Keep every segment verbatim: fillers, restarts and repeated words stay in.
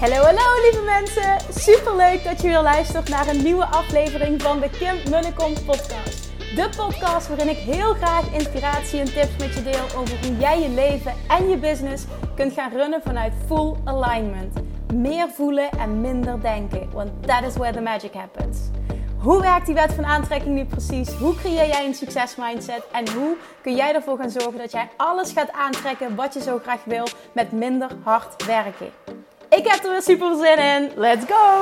Hallo, hallo lieve mensen. Super leuk dat je weer luistert naar een nieuwe aflevering van de Kim Munnekom podcast. De podcast waarin ik heel graag inspiratie en tips met je deel over hoe jij je leven en je business kunt gaan runnen vanuit full alignment. Meer voelen en minder denken, want that is where the magic happens. Hoe werkt die wet van aantrekking nu precies? Hoe creëer jij een succesmindset? En hoe kun jij ervoor gaan zorgen dat jij alles gaat aantrekken wat je zo graag wil met minder hard werken? Ik heb er weer super zin in. Let's go!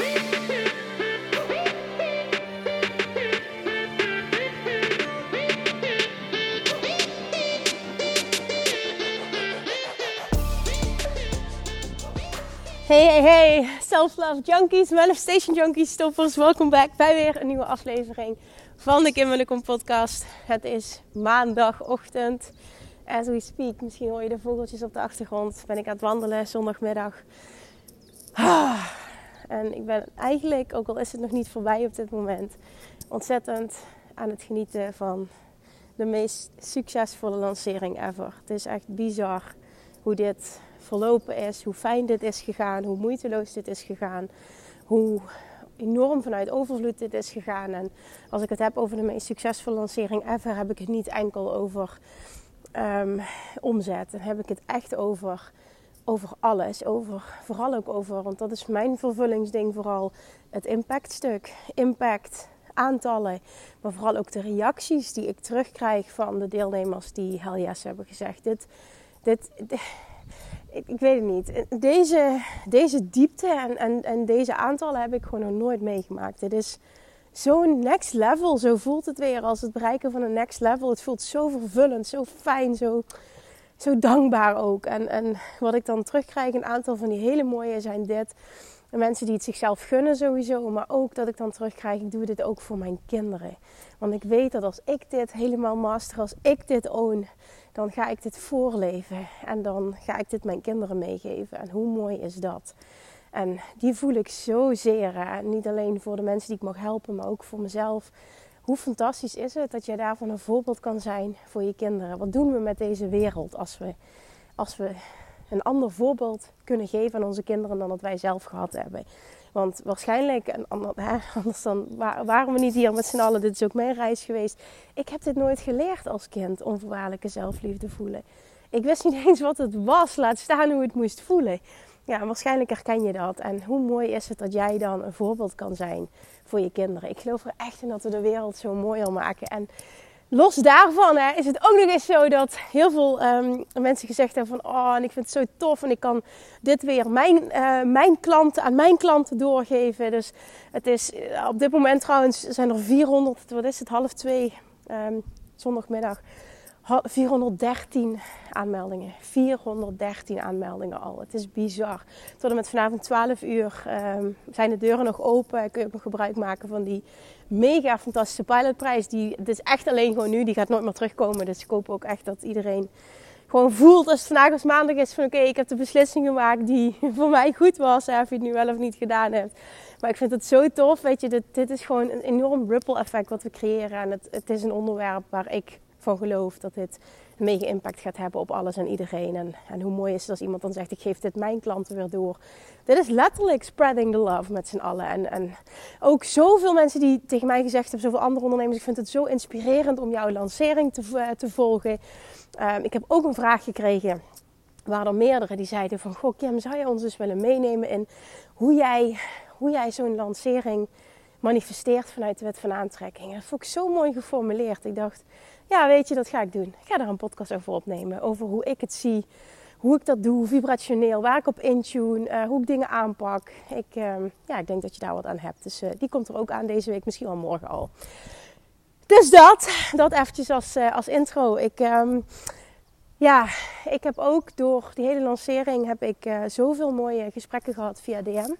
Hey, hey, hey, self-love junkies, manifestation junkies, stoppers. Welkom back bij weer een nieuwe aflevering van de Kim Munnekom podcast. Het is maandagochtend, as we speak. Misschien hoor je de vogeltjes op de achtergrond. Ben ik aan het wandelen, zondagmiddag. Ah, en ik ben eigenlijk, ook al is het nog niet voorbij op dit moment, ontzettend aan het genieten van de meest succesvolle lancering ever. Het is echt bizar hoe dit verlopen is, hoe fijn dit is gegaan, hoe moeiteloos dit is gegaan, hoe enorm vanuit overvloed dit is gegaan. En als ik het heb over de meest succesvolle lancering ever, heb ik het niet enkel over um, omzet. Dan heb ik het echt over, over alles, over, vooral ook over, want dat is mijn vervullingsding vooral, het impactstuk. Impact, aantallen, maar vooral ook de reacties die ik terugkrijg van de deelnemers die hell yes hebben gezegd. Dit, dit, dit Ik, ik weet het niet. Deze, deze diepte en, en, en deze aantallen heb ik gewoon nog nooit meegemaakt. Het is zo'n next level. Zo voelt het weer als het bereiken van een next level. Het voelt zo vervullend, zo fijn, zo, zo dankbaar ook. En, en wat ik dan terugkrijg, een aantal van die hele mooie zijn dit. De mensen die het zichzelf gunnen sowieso. Maar ook dat ik dan terugkrijg, ik doe dit ook voor mijn kinderen. Want ik weet dat als ik dit helemaal master, als ik dit own, dan ga ik dit voorleven. En dan ga ik dit mijn kinderen meegeven. En hoe mooi is dat? En die voel ik zozeer. Hè? Niet alleen voor de mensen die ik mag helpen, maar ook voor mezelf. Hoe fantastisch is het dat jij daarvan een voorbeeld kan zijn voor je kinderen? Wat doen we met deze wereld als we, als we een ander voorbeeld kunnen geven aan onze kinderen dan dat wij zelf gehad hebben? Want waarschijnlijk, en anders dan waren we niet hier met z'n allen, dit is ook mijn reis geweest. Ik heb dit nooit geleerd als kind, onvoorwaardelijke zelfliefde voelen. Ik wist niet eens wat het was, laat staan hoe het moest voelen. Ja, waarschijnlijk herken je dat. En hoe mooi is het dat jij dan een voorbeeld kan zijn voor je kinderen. Ik geloof er echt in dat we de wereld zo mooier maken. En los daarvan hè, is het ook nog eens zo dat heel veel um, mensen gezegd hebben van oh, en ik vind het zo tof en ik kan dit weer mijn, uh, mijn klanten aan mijn klanten doorgeven. Dus het is uh, op dit moment trouwens zijn er vierhonderd, wat is het, half twee um, zondagmiddag, vierhonderddertien aanmeldingen. vierhonderddertien aanmeldingen al. Het is bizar. Tot en met vanavond twaalf uur um, zijn de deuren nog open. Kun je ook nog gebruik maken van die mega fantastische pilotprijs. Die, het is echt alleen gewoon nu. Die gaat nooit meer terugkomen. Dus ik hoop ook echt dat iedereen gewoon voelt als het vandaag als maandag is van oké, okay, ik heb de beslissing gemaakt die voor mij goed was. Hè, of je het nu wel of niet gedaan hebt. Maar ik vind het zo tof. Weet je, dit, dit is gewoon een enorm ripple effect wat we creëren. En het, het is een onderwerp waar ik van geloof dat dit een mega impact gaat hebben op alles en iedereen. En, en hoe mooi is het als iemand dan zegt, ik geef dit mijn klanten weer door. Dit is letterlijk spreading the love met z'n allen. En, en ook zoveel mensen die tegen mij gezegd hebben, zoveel andere ondernemers, ik vind het zo inspirerend om jouw lancering te, te volgen. Um, ik heb ook een vraag gekregen, er waren er meerdere die zeiden van, goh Kim, zou je ons dus willen meenemen in hoe jij, hoe jij zo'n lancering manifesteert vanuit de wet van aantrekking. En dat vond ik zo mooi geformuleerd. Ik dacht, ja weet je, dat ga ik doen. Ik ga daar een podcast over opnemen. Over hoe ik het zie. Hoe ik dat doe. Vibrationeel. Waar ik op intune. Uh, hoe ik dingen aanpak. Ik, uh, ja, ik denk dat je daar wat aan hebt. Dus uh, die komt er ook aan deze week. Misschien wel morgen al. Dus dat. Dat eventjes als, uh, als intro. Ik, um, ja, ik heb ook door die hele lancering heb ik uh, zoveel mooie gesprekken gehad via D M.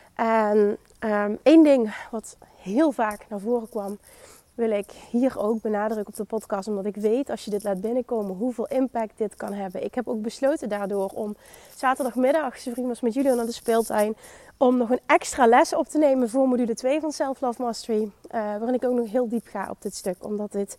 En um, één ding wat heel vaak naar voren kwam, wil ik hier ook benadrukken op de podcast. Omdat ik weet, als je dit laat binnenkomen, hoeveel impact dit kan hebben. Ik heb ook besloten daardoor om zaterdagmiddag, zijn vriend was met jullie naar de speeltuin, om nog een extra les op te nemen voor module twee van Self Love Mastery. Uh, waarin ik ook nog heel diep ga op dit stuk. Omdat dit,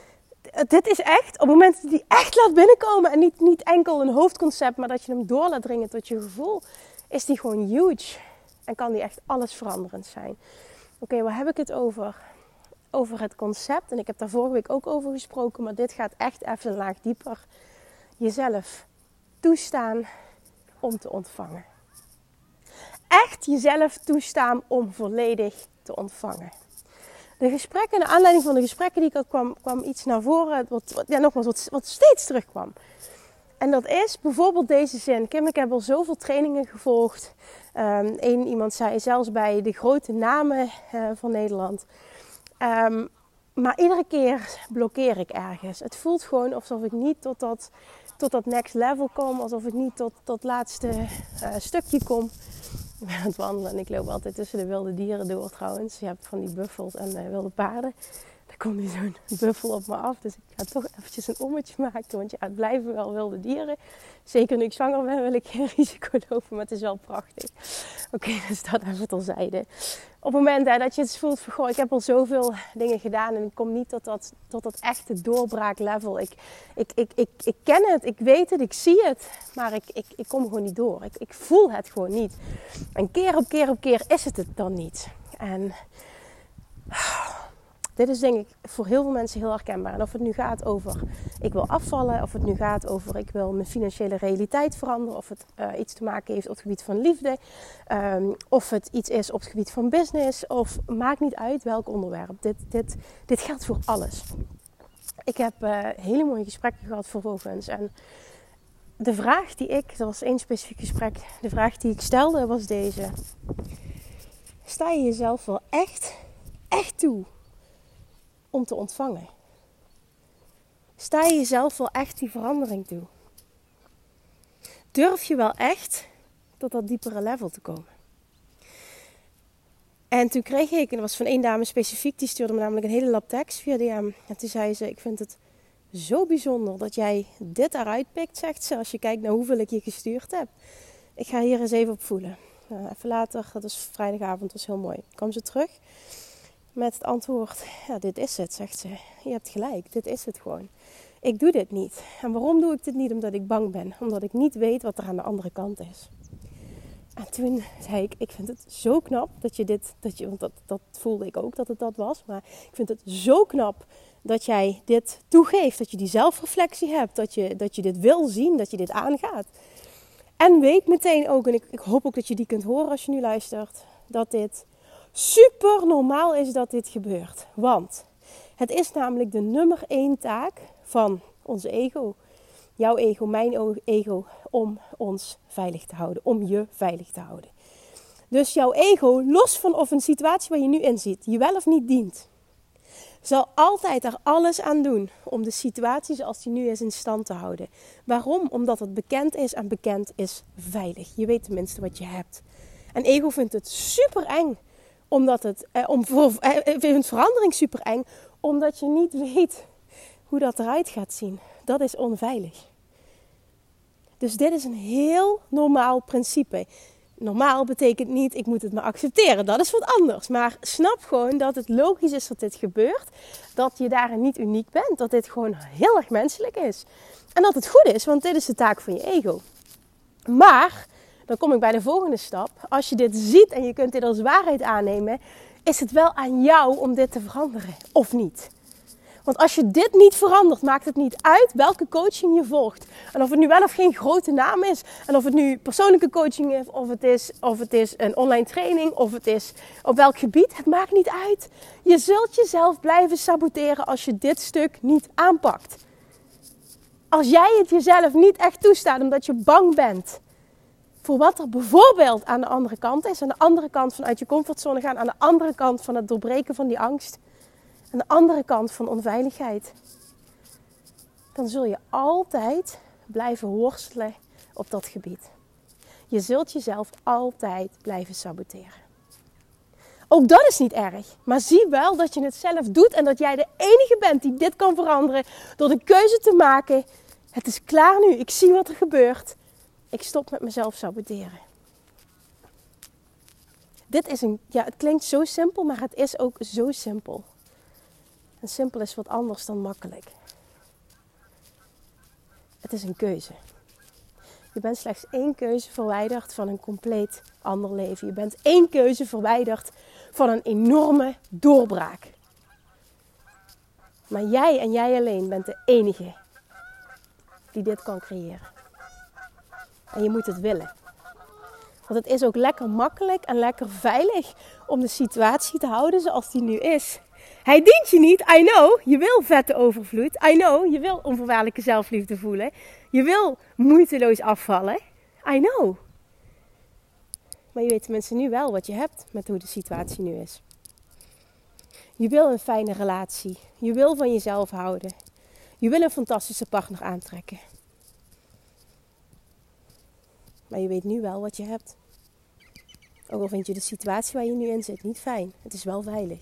dit is echt, op het moment dat je die echt laat binnenkomen en niet, niet enkel een hoofdconcept, maar dat je hem door laat dringen tot je gevoel, is die gewoon huge. En kan die echt alles veranderend zijn. Oké, okay, waar heb ik het over? Over het concept. En ik heb daar vorige week ook over gesproken. Maar dit gaat echt even een laag dieper. Jezelf toestaan om te ontvangen. Echt jezelf toestaan om volledig te ontvangen. De gesprekken, de aanleiding van de gesprekken die ik had, kwam, kwam iets naar voren. Wat, wat, ja, nogmaals, wat, wat steeds terugkwam. En dat is bijvoorbeeld deze zin. Kim, ik heb al zoveel trainingen gevolgd. Um, Eén iemand zei zelfs bij de grote namen uh, van Nederland. Um, maar iedere keer blokkeer ik ergens. Het voelt gewoon alsof ik niet tot dat, tot dat next level kom. Alsof ik niet tot dat laatste uh, stukje kom. Ik ben aan het wandelen en ik loop altijd tussen de wilde dieren door trouwens. Je hebt van die buffels en uh, wilde paarden. Er komt nu zo'n buffel op me af. Dus ik ga toch eventjes een ommetje maken. Want ja, het blijven wel wilde dieren. Zeker nu ik zwanger ben wil ik geen risico lopen. Maar het is wel prachtig. Oké, okay, dus dat even terzijde. Op het moment hè, dat je het voelt van... Goh, ik heb al zoveel dingen gedaan. En ik kom niet tot dat, tot dat echte doorbraaklevel. Ik, ik, ik, ik, ik ken het. Ik weet het. Ik zie het. Maar ik, ik, ik kom gewoon niet door. Ik, ik voel het gewoon niet. En keer op keer op keer is het het dan niet. En... Dit is denk ik voor heel veel mensen heel herkenbaar. En of het nu gaat over ik wil afvallen. Of het nu gaat over ik wil mijn financiële realiteit veranderen. Of het uh, iets te maken heeft op het gebied van liefde. Um, of het iets is op het gebied van business. Of maakt niet uit welk onderwerp. Dit, dit, dit geldt voor alles. Ik heb uh, hele mooie gesprekken gehad vervolgens. En de vraag die ik, dat was één specifiek gesprek. De vraag die ik stelde was deze. Sta je jezelf wel echt, echt toe om te ontvangen? Sta je jezelf wel echt die verandering toe? Durf je wel echt tot dat diepere level te komen? En toen kreeg ik, en dat was van één dame specifiek, die stuurde me namelijk een hele lap tekst via D M. En toen zei ze, ik vind het zo bijzonder dat jij dit eruit pikt, zegt ze, als je kijkt naar hoeveel ik je gestuurd heb. Ik ga hier eens even op voelen. Nou, even later, dat is vrijdagavond, dat was heel mooi. Kwam ze terug met het antwoord, ja, dit is het, zegt ze. Je hebt gelijk, dit is het gewoon. Ik doe dit niet. En waarom doe ik dit niet? Omdat ik bang ben. Omdat ik niet weet wat er aan de andere kant is. En toen zei ik, ik vind het zo knap dat je dit, dat je, want dat, dat voelde ik ook dat het dat was. Maar ik vind het zo knap dat jij dit toegeeft. Dat je die zelfreflectie hebt. Dat je, dat je dit wil zien, dat je dit aangaat. En weet meteen ook, en ik, ik hoop ook dat je die kunt horen als je nu luistert, dat dit super normaal is dat dit gebeurt. Want het is namelijk de nummer één taak van onze ego. Jouw ego, mijn ego, om ons veilig te houden. Om je veilig te houden. Dus jouw ego, los van of een situatie waar je nu in zit, je wel of niet dient, zal altijd er alles aan doen om de situatie zoals die nu is in stand te houden. Waarom? Omdat het bekend is en bekend is veilig. Je weet tenminste wat je hebt. En ego vindt het super eng. Omdat het, eh, om, voor, eh, vindt verandering super eng. Omdat je niet weet hoe dat eruit gaat zien. Dat is onveilig. Dus dit is een heel normaal principe. Normaal betekent niet, ik moet het maar accepteren. Dat is wat anders. Maar snap gewoon dat het logisch is dat dit gebeurt. Dat je daarin niet uniek bent. Dat dit gewoon heel erg menselijk is. En dat het goed is, want dit is de taak van je ego. Maar, dan kom ik bij de volgende stap. Als je dit ziet en je kunt dit als waarheid aannemen, is het wel aan jou om dit te veranderen. Of niet? Want als je dit niet verandert, maakt het niet uit welke coaching je volgt. En of het nu wel of geen grote naam is. En of het nu persoonlijke coaching is. Of het is, of het is een online training. Of het is op welk gebied. Het maakt niet uit. Je zult jezelf blijven saboteren als je dit stuk niet aanpakt. Als jij het jezelf niet echt toestaat omdat je bang bent voor wat er bijvoorbeeld aan de andere kant is. Aan de andere kant vanuit je comfortzone gaan. Aan de andere kant van het doorbreken van die angst. Aan de andere kant van onveiligheid. Dan zul je altijd blijven worstelen op dat gebied. Je zult jezelf altijd blijven saboteren. Ook dat is niet erg. Maar zie wel dat je het zelf doet. En dat jij de enige bent die dit kan veranderen. Door de keuze te maken. Het is klaar nu. Ik zie wat er gebeurt. Ik stop met mezelf saboteren. Dit is een, ja, het klinkt zo simpel. Maar het is ook zo simpel. En simpel is wat anders dan makkelijk. Het is een keuze. Je bent slechts één keuze verwijderd van een compleet ander leven. Je bent één keuze verwijderd van een enorme doorbraak. Maar jij en jij alleen bent de enige die dit kan creëren. En je moet het willen. Want het is ook lekker makkelijk en lekker veilig om de situatie te houden zoals die nu is. Hij dient je niet, I know. Je wil vette overvloed. I know, je wil onvoorwaardelijke zelfliefde voelen. Je wil moeiteloos afvallen. I know. Maar je weet tenminste nu wel wat je hebt met hoe de situatie nu is. Je wil een fijne relatie. Je wil van jezelf houden. Je wil een fantastische partner aantrekken. Maar je weet nu wel wat je hebt. Ook al vind je de situatie waar je nu in zit niet fijn. Het is wel veilig.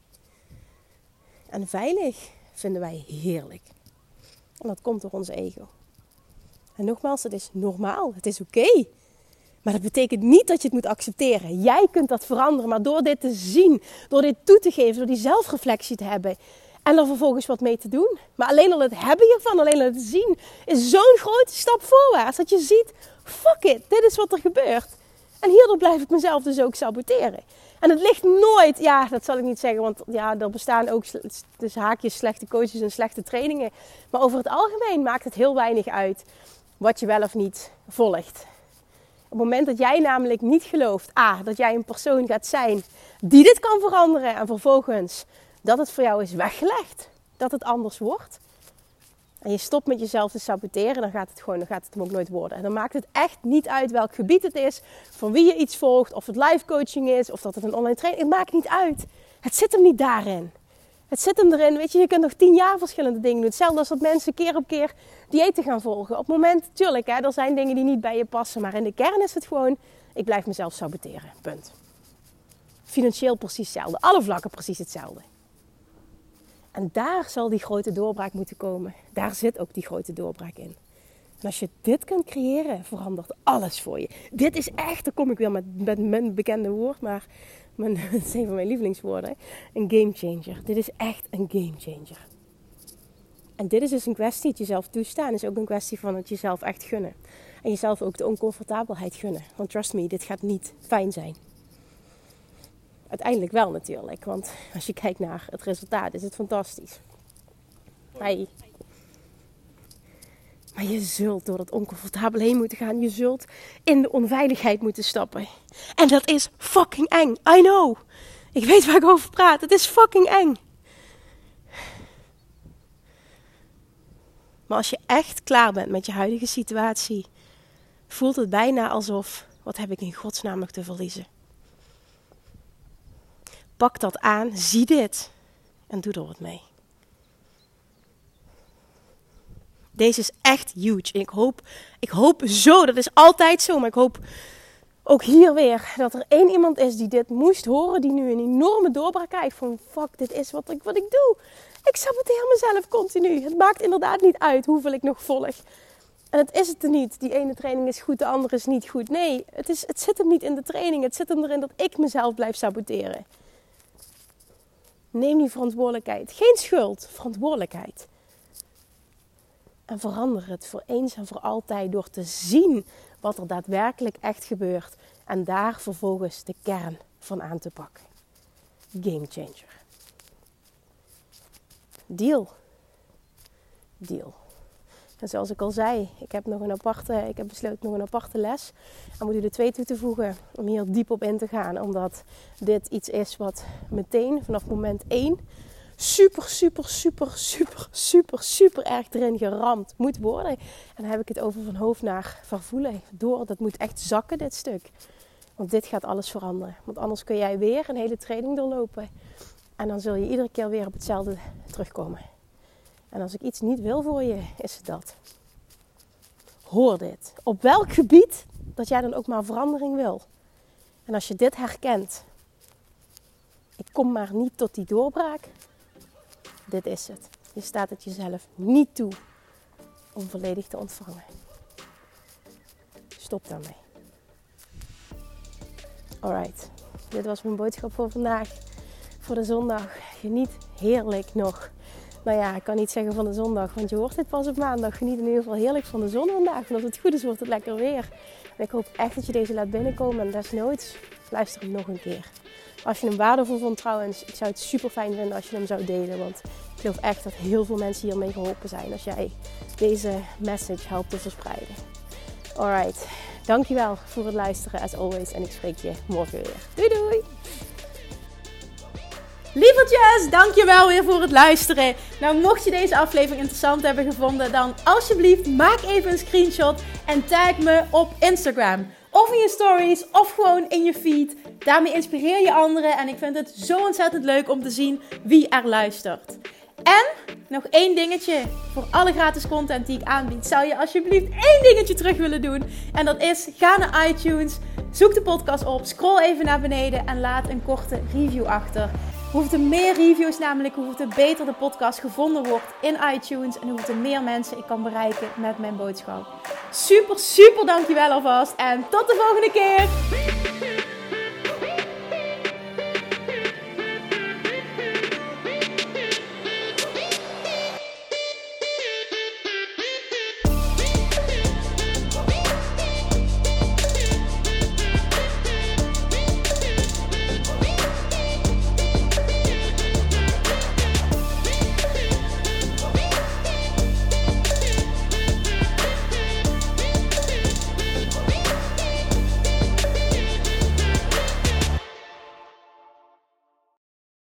En veilig vinden wij heerlijk. En dat komt door ons ego. En nogmaals, het is normaal. Het is oké. Okay. Maar dat betekent niet dat je het moet accepteren. Jij kunt dat veranderen. Maar door dit te zien, door dit toe te geven, door die zelfreflectie te hebben. En er vervolgens wat mee te doen. Maar alleen al het hebben hiervan, alleen al het zien, is zo'n grote stap voorwaarts. Dat je ziet, fuck it, dit is wat er gebeurt. En hierdoor blijf ik mezelf dus ook saboteren. En het ligt nooit, ja, dat zal ik niet zeggen, want ja, er bestaan ook dus haakjes slechte coaches en slechte trainingen. Maar over het algemeen maakt het heel weinig uit wat je wel of niet volgt. Op het moment dat jij namelijk niet gelooft, a, dat jij een persoon gaat zijn die dit kan veranderen en vervolgens dat het voor jou is weggelegd, dat het anders wordt. En je stopt met jezelf te saboteren, dan gaat het gewoon, dan gaat het hem ook nooit worden. En dan maakt het echt niet uit welk gebied het is, van wie je iets volgt, of het live coaching is, of dat het een online training is. Het maakt niet uit. Het zit hem niet daarin. Het zit hem erin, weet je, je kunt nog tien jaar verschillende dingen doen. Hetzelfde als dat mensen keer op keer diëten gaan volgen. Op het moment, tuurlijk, hè, er zijn dingen die niet bij je passen, maar in de kern is het gewoon, ik blijf mezelf saboteren. Punt. Financieel precies hetzelfde, alle vlakken precies hetzelfde. En daar zal die grote doorbraak moeten komen. Daar zit ook die grote doorbraak in. En als je dit kunt creëren, verandert alles voor je. Dit is echt, dan kom ik weer met, met mijn bekende woord, maar mijn, het is een van mijn lievelingswoorden. Een game changer. Dit is echt een game changer. En dit is dus een kwestie, het jezelf toestaan, is ook een kwestie van het jezelf echt gunnen. En jezelf ook de oncomfortabelheid gunnen. Want trust me, dit gaat niet fijn zijn. Uiteindelijk wel natuurlijk, want als je kijkt naar het resultaat is het fantastisch. Hey. Maar je zult door het oncomfortabel heen moeten gaan. Je zult in de onveiligheid moeten stappen. En dat is fucking eng. I know. Ik weet waar ik over praat. Het is fucking eng. Maar als je echt klaar bent met je huidige situatie, voelt het bijna alsof, wat heb ik in godsnaam nog te verliezen? Pak dat aan, zie dit en doe er wat mee. Deze is echt huge. En ik hoop, ik hoop zo, dat is altijd zo, maar ik hoop ook hier weer dat er één iemand is die dit moest horen, die nu een enorme doorbraak krijgt van fuck, dit is wat ik, wat ik doe. Ik saboteer mezelf continu. Het maakt inderdaad niet uit hoeveel ik nog volg. En het is het er niet. Die ene training is goed, de andere is niet goed. Nee, het, is, het zit hem niet in de training. Het zit hem erin dat ik mezelf blijf saboteren. Neem die verantwoordelijkheid. Geen schuld, verantwoordelijkheid. En verander het voor eens en voor altijd door te zien wat er daadwerkelijk echt gebeurt. En daar vervolgens de kern van aan te pakken. Game changer. Deal. Deal. En zoals ik al zei, ik heb nog een aparte, ik heb besloten nog een aparte les. En moet u er twee toe te voegen om hier diep op in te gaan. Omdat dit iets is wat meteen vanaf moment één super, super, super, super, super, super erg erin geramd moet worden. En dan heb ik het over van hoofd naar vervoelen. Door, dat moet echt zakken, dit stuk. Want dit gaat alles veranderen. Want anders kun jij weer een hele training doorlopen. En dan zul je iedere keer weer op hetzelfde terugkomen. En als ik iets niet wil voor je, is het dat. Hoor dit. Op welk gebied dat jij dan ook maar verandering wil. En als je dit herkent. Ik kom maar niet tot die doorbraak. Dit is het. Je staat het jezelf niet toe om volledig te ontvangen. Stop daarmee. Alright. Dit was mijn boodschap voor vandaag. Voor de zondag. Geniet heerlijk nog nou ja, ik kan niet zeggen van de zondag, want je hoort dit pas op maandag. Geniet in ieder geval heerlijk van de zon vandaag. Want als het goed is, wordt het lekker weer. En ik hoop echt dat je deze laat binnenkomen. En desnoods, luister hem nog een keer. Als je hem waardevol vond trouwens, ik zou het super fijn vinden als je hem zou delen. Want ik geloof echt dat heel veel mensen hiermee geholpen zijn als jij deze message helpt te verspreiden. Alright, dankjewel voor het luisteren as always. En ik spreek je morgen weer. Doei doei! Lievertjes, dankjewel weer voor het luisteren. Nou, mocht je deze aflevering interessant hebben gevonden, dan alsjeblieft maak even een screenshot en tag me op Instagram. Of in je stories, of gewoon in je feed. Daarmee inspireer je anderen en ik vind het zo ontzettend leuk om te zien wie er luistert. En nog één dingetje voor alle gratis content die ik aanbied. Zou je alsjeblieft één dingetje terug willen doen? En dat is, ga naar iTunes, zoek de podcast op, scroll even naar beneden en laat een korte review achter. Hoeveel meer reviews namelijk, hoeveel beter de podcast gevonden wordt in iTunes. En hoeveel meer mensen ik kan bereiken met mijn boodschap. Super, super dankjewel alvast. En tot de volgende keer.